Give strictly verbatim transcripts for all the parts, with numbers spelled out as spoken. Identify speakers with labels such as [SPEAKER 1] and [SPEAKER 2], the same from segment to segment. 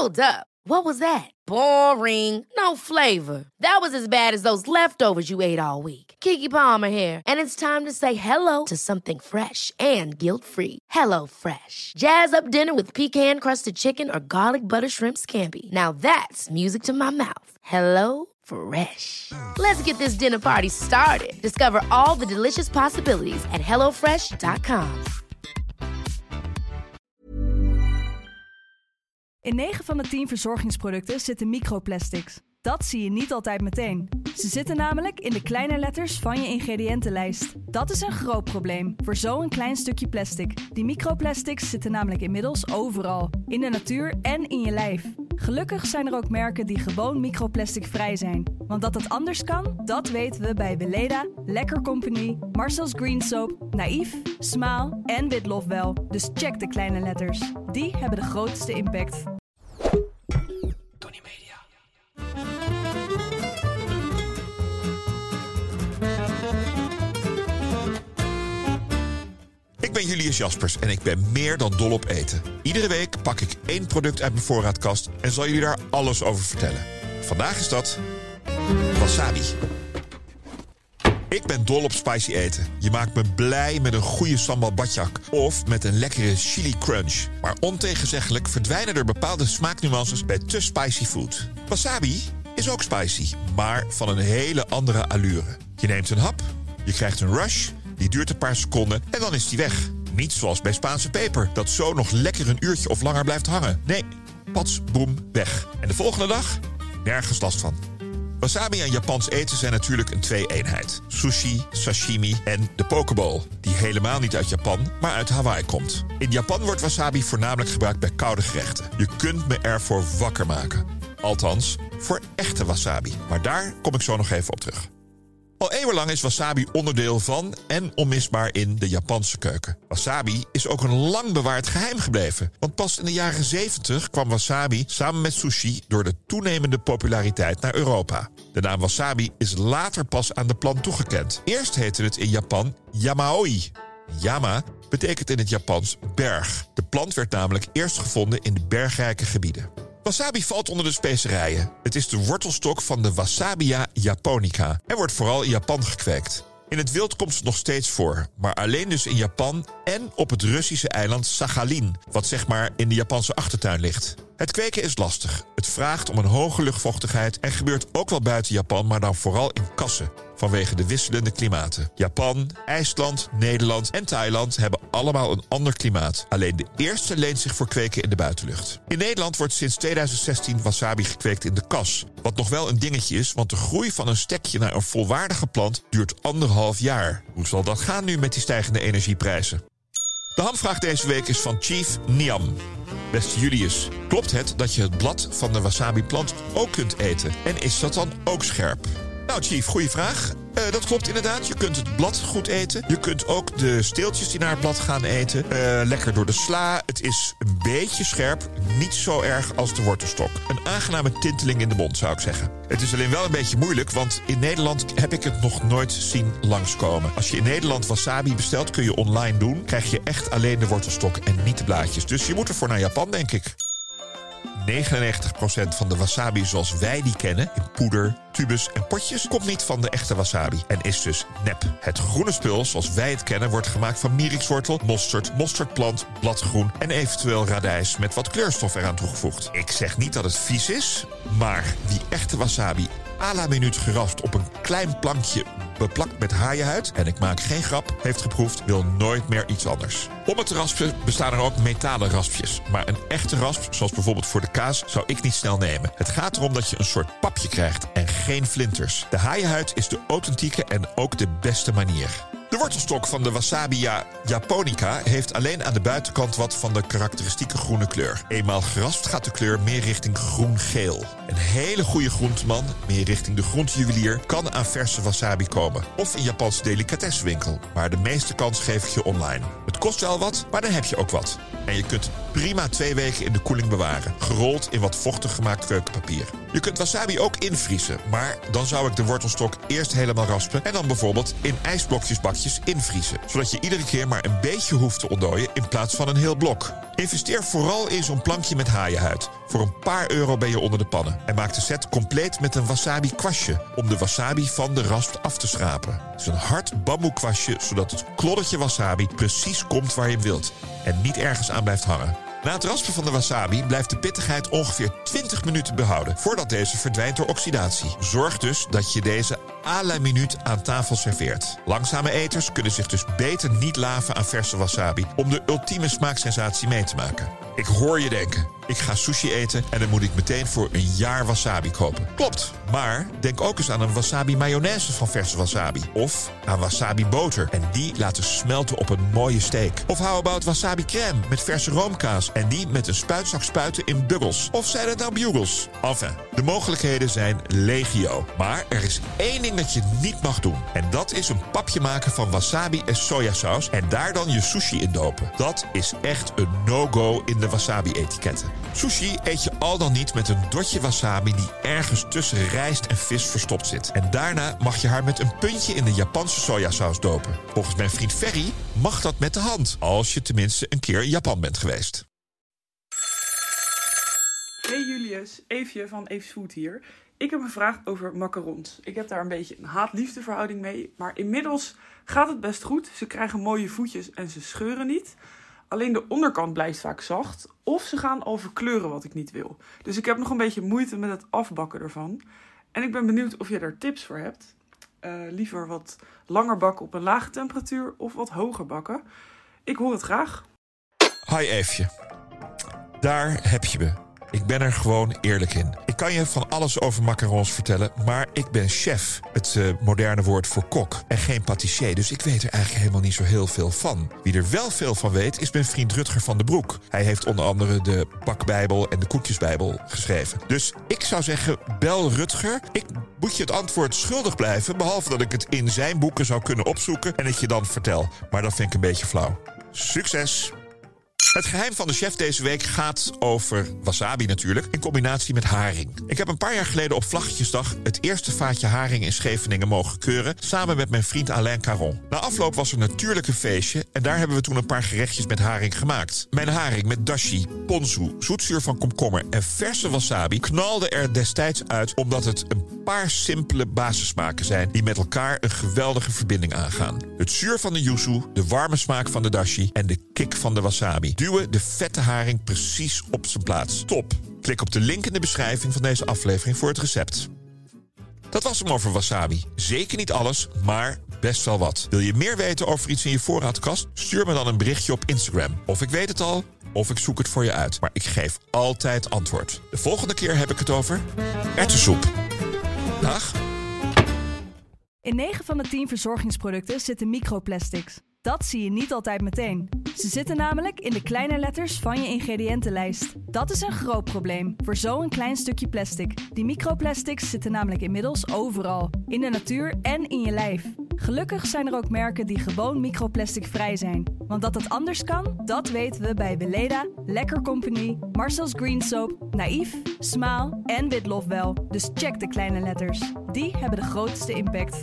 [SPEAKER 1] Hold up. What was that? Boring. No flavor. That was as bad as those leftovers you ate all week. Keke Palmer here. And it's time to say hello to something fresh and guilt-free. Hello Fresh. Jazz up dinner with pecan-crusted chicken or garlic butter shrimp scampi. Now that's music to my mouth. Hello Fresh. Let's get this dinner party started. Discover all the delicious possibilities at hello fresh dot com.
[SPEAKER 2] In negen van de tien verzorgingsproducten zitten microplastics. Dat zie je niet altijd meteen. Ze zitten namelijk in de kleine letters van je ingrediëntenlijst. Dat is een groot probleem voor zo'n klein stukje plastic. Die microplastics zitten namelijk inmiddels overal. In de natuur en in je lijf. Gelukkig zijn er ook merken die gewoon microplasticvrij zijn. Want dat het anders kan, dat weten we bij Weleda, Lekker Company, Marcel's Green Soap, Naïef, Smaal en Witlof wel. Dus check de kleine letters. Die hebben de grootste impact.
[SPEAKER 3] Tony Media. Ik ben Julius Jaspers en ik ben meer dan dol op eten. Iedere week pak ik één product uit mijn voorraadkast en zal jullie daar alles over vertellen. Vandaag is dat wasabi. Ik ben dol op spicy eten. Je maakt me blij met een goede sambal badjak of met een lekkere chili crunch. Maar ontegenzeggelijk verdwijnen er bepaalde smaaknuances bij te spicy food. Wasabi is ook spicy, maar van een hele andere allure. Je neemt een hap, je krijgt een rush, die duurt een paar seconden en dan is die weg. Niet zoals bij Spaanse peper, dat zo nog lekker een uurtje of langer blijft hangen. Nee, pats, boem, weg. En de volgende dag? Nergens last van. Wasabi en Japans eten zijn natuurlijk een twee-eenheid. Sushi, sashimi en de pokeball, die helemaal niet uit Japan, maar uit Hawaii komt. In Japan wordt wasabi voornamelijk gebruikt bij koude gerechten. Je kunt me ervoor wakker maken. Althans, voor echte wasabi. Maar daar kom ik zo nog even op terug. Al eeuwenlang is wasabi onderdeel van en onmisbaar in de Japanse keuken. Wasabi is ook een lang bewaard geheim gebleven. Want pas in de jaren zeventig kwam wasabi samen met sushi door de toenemende populariteit naar Europa. De naam wasabi is later pas aan de plant toegekend. Eerst heette het in Japan yamaoi. Yama betekent in het Japans berg. De plant werd namelijk eerst gevonden in de bergrijke gebieden. Wasabi valt onder de specerijen. Het is de wortelstok van de Wasabia japonica en wordt vooral in Japan gekweekt. In het wild komt het nog steeds voor, maar alleen dus in Japan en op het Russische eiland Sakhalin, wat zeg maar in de Japanse achtertuin ligt. Het kweken is lastig. Het vraagt om een hoge luchtvochtigheid en gebeurt ook wel buiten Japan, maar dan vooral in kassen, vanwege de wisselende klimaten. Japan, IJsland, Nederland en Thailand hebben allemaal een ander klimaat. Alleen de eerste leent zich voor kweken in de buitenlucht. In Nederland wordt sinds tweeduizend zestien wasabi gekweekt in de kas. Wat nog wel een dingetje is, want de groei van een stekje naar een volwaardige plant duurt anderhalf jaar. Hoe zal dat gaan nu met die stijgende energieprijzen? De hamvraag deze week is van Chief Niam. Beste Julius, klopt het dat je het blad van de wasabi-plant ook kunt eten? En is dat dan ook scherp? Nou, Chief, goede vraag. Uh, dat klopt inderdaad. Je kunt het blad goed eten. Je kunt ook de steeltjes die naar het blad gaan eten. Uh, lekker door de sla. Het is een beetje scherp. Niet zo erg als de wortelstok. Een aangename tinteling in de mond, zou ik zeggen. Het is alleen wel een beetje moeilijk, want in Nederland heb ik het nog nooit zien langskomen. Als je in Nederland wasabi bestelt, kun je online doen. Krijg je echt alleen de wortelstok en niet de blaadjes. Dus je moet ervoor naar Japan, denk ik. negenennegentig procent van de wasabi zoals wij die kennen, in poeder, tubes en potjes, komt niet van de echte wasabi en is dus nep. Het groene spul, zoals wij het kennen, wordt gemaakt van mierikswortel, mosterd, mosterdplant, bladgroen en eventueel radijs met wat kleurstof eraan toegevoegd. Ik zeg niet dat het vies is, maar wie echte wasabi à la minuut geraspt op een klein plankje beplakt met haaienhuid, en ik maak geen grap, heeft geproefd, wil nooit meer iets anders. Om het te raspen bestaan er ook metalen raspjes. Maar een echte rasp, zoals bijvoorbeeld voor de kaas, zou ik niet snel nemen. Het gaat erom dat je een soort papje krijgt en geen flinters. De haaienhuid is de authentieke en ook de beste manier. De wortelstok van de Wasabia japonica heeft alleen aan de buitenkant wat van de karakteristieke groene kleur. Eenmaal geraspt gaat de kleur meer richting groen-geel. Een hele goede groenteman, meer richting de groentejuwelier, kan aan verse wasabi komen. Of in Japanse delicatessenwinkel, maar de meeste kans geef ik je online. Het kost wel wat, maar dan heb je ook wat. En je kunt prima twee weken in de koeling bewaren, gerold in wat vochtig gemaakt keukenpapier. Je kunt wasabi ook invriezen, maar dan zou ik de wortelstok eerst helemaal raspen en dan bijvoorbeeld in ijsblokjes bakje laagjes invriezen, zodat je iedere keer maar een beetje hoeft te ontdooien in plaats van een heel blok. Investeer vooral in zo'n plankje met haaienhuid. Voor een paar euro ben je onder de pannen. En maak de set compleet met een wasabi kwastje om de wasabi van de rasp af te schrapen. Het is een hard bamboe kwastje, zodat het kloddertje wasabi precies komt waar je hem wilt en niet ergens aan blijft hangen. Na het raspen van de wasabi blijft de pittigheid ongeveer twintig minuten behouden voordat deze verdwijnt door oxidatie. Zorg dus dat je deze à la minuut aan tafel serveert. Langzame eters kunnen zich dus beter niet laven aan verse wasabi om de ultieme smaaksensatie mee te maken. Ik hoor je denken, ik ga sushi eten en dan moet ik meteen voor een jaar wasabi kopen. Klopt, maar denk ook eens aan een wasabi mayonaise van verse wasabi. Of aan wasabi boter en die laten smelten op een mooie steak. Of how about wasabi crème met verse roomkaas en die met een spuitzak spuiten in bubbels. Of zijn het nou bugles? Enfin, de mogelijkheden zijn legio. Maar er is één ding dat je niet mag doen. En dat is een papje maken van wasabi en sojasaus en daar dan je sushi in dopen. Dat is echt een no-go in de wasabi-etiketten. Sushi eet je al dan niet met een dotje wasabi die ergens tussen rijst en vis verstopt zit. En daarna mag je haar met een puntje in de Japanse sojasaus dopen. Volgens mijn vriend Ferry mag dat met de hand, als je tenminste een keer in Japan bent geweest.
[SPEAKER 4] Hey Julius, Eefje van Eef's Food hier. Ik heb een vraag over macarons. Ik heb daar een beetje een haat-liefde verhouding mee, maar inmiddels gaat het best goed. Ze krijgen mooie voetjes en ze scheuren niet. Alleen de onderkant blijft vaak zacht. Of ze gaan al verkleuren wat ik niet wil. Dus ik heb nog een beetje moeite met het afbakken ervan. En ik ben benieuwd of je daar tips voor hebt. Uh, liever wat langer bakken op een lage temperatuur of wat hoger bakken. Ik hoor het graag.
[SPEAKER 3] Hi Eefje. Daar heb je me. Ik ben er gewoon eerlijk in. Ik kan je van alles over macarons vertellen, maar ik ben chef. Het uh, moderne woord voor kok. En geen pâtissier, dus ik weet er eigenlijk helemaal niet zo heel veel van. Wie er wel veel van weet, is mijn vriend Rutger van den Broek. Hij heeft onder andere de Bakbijbel en de Koekjesbijbel geschreven. Dus ik zou zeggen, bel Rutger. Ik moet je het antwoord schuldig blijven, behalve dat ik het in zijn boeken zou kunnen opzoeken en het je dan vertel. Maar dat vind ik een beetje flauw. Succes! Het geheim van de chef deze week gaat over wasabi natuurlijk, in combinatie met haring. Ik heb een paar jaar geleden op Vlaggetjesdag het eerste vaatje haring in Scheveningen mogen keuren, samen met mijn vriend Alain Caron. Na afloop was er natuurlijk een feestje en daar hebben we toen een paar gerechtjes met haring gemaakt. Mijn haring met dashi, ponzu, zoetzuur van komkommer en verse wasabi knalde er destijds uit omdat het een paar simpele basissmaken zijn die met elkaar een geweldige verbinding aangaan. Het zuur van de yuzu, de warme smaak van de dashi en de kick van de wasabi duwen de vette haring precies op zijn plaats. Top! Klik op de link in de beschrijving van deze aflevering voor het recept. Dat was hem over wasabi. Zeker niet alles, maar best wel wat. Wil je meer weten over iets in je voorraadkast? Stuur me dan een berichtje op Instagram. Of ik weet het al, of ik zoek het voor je uit. Maar ik geef altijd antwoord. De volgende keer heb ik het over erwtensoep. Dag!
[SPEAKER 2] In negen van de tien verzorgingsproducten zitten microplastics. Dat zie je niet altijd meteen. Ze zitten namelijk in de kleine letters van je ingrediëntenlijst. Dat is een groot probleem voor zo'n klein stukje plastic. Die microplastics zitten namelijk inmiddels overal. In de natuur en in je lijf. Gelukkig zijn er ook merken die gewoon microplasticvrij zijn. Want dat het anders kan, dat weten we bij Weleda, Lekker Company, Marcel's Green Soap, Naïef, Smaal en Witlof wel. Dus check de kleine letters. Die hebben de grootste impact.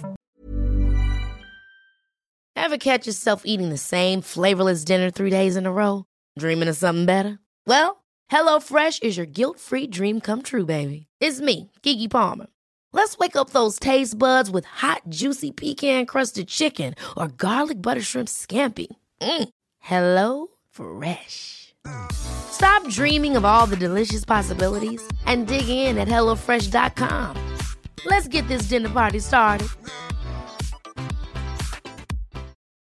[SPEAKER 1] Ever catch yourself eating the same flavorless dinner three days in a row? Dreaming of something better? Well, HelloFresh is your guilt-free dream come true, baby. It's me, Keke Palmer. Let's wake up those taste buds with hot, juicy pecan-crusted chicken or garlic butter shrimp scampi. Mm. Hello Fresh. Stop dreaming of all the delicious possibilities and dig in at hello fresh dot com. Let's get this dinner party started.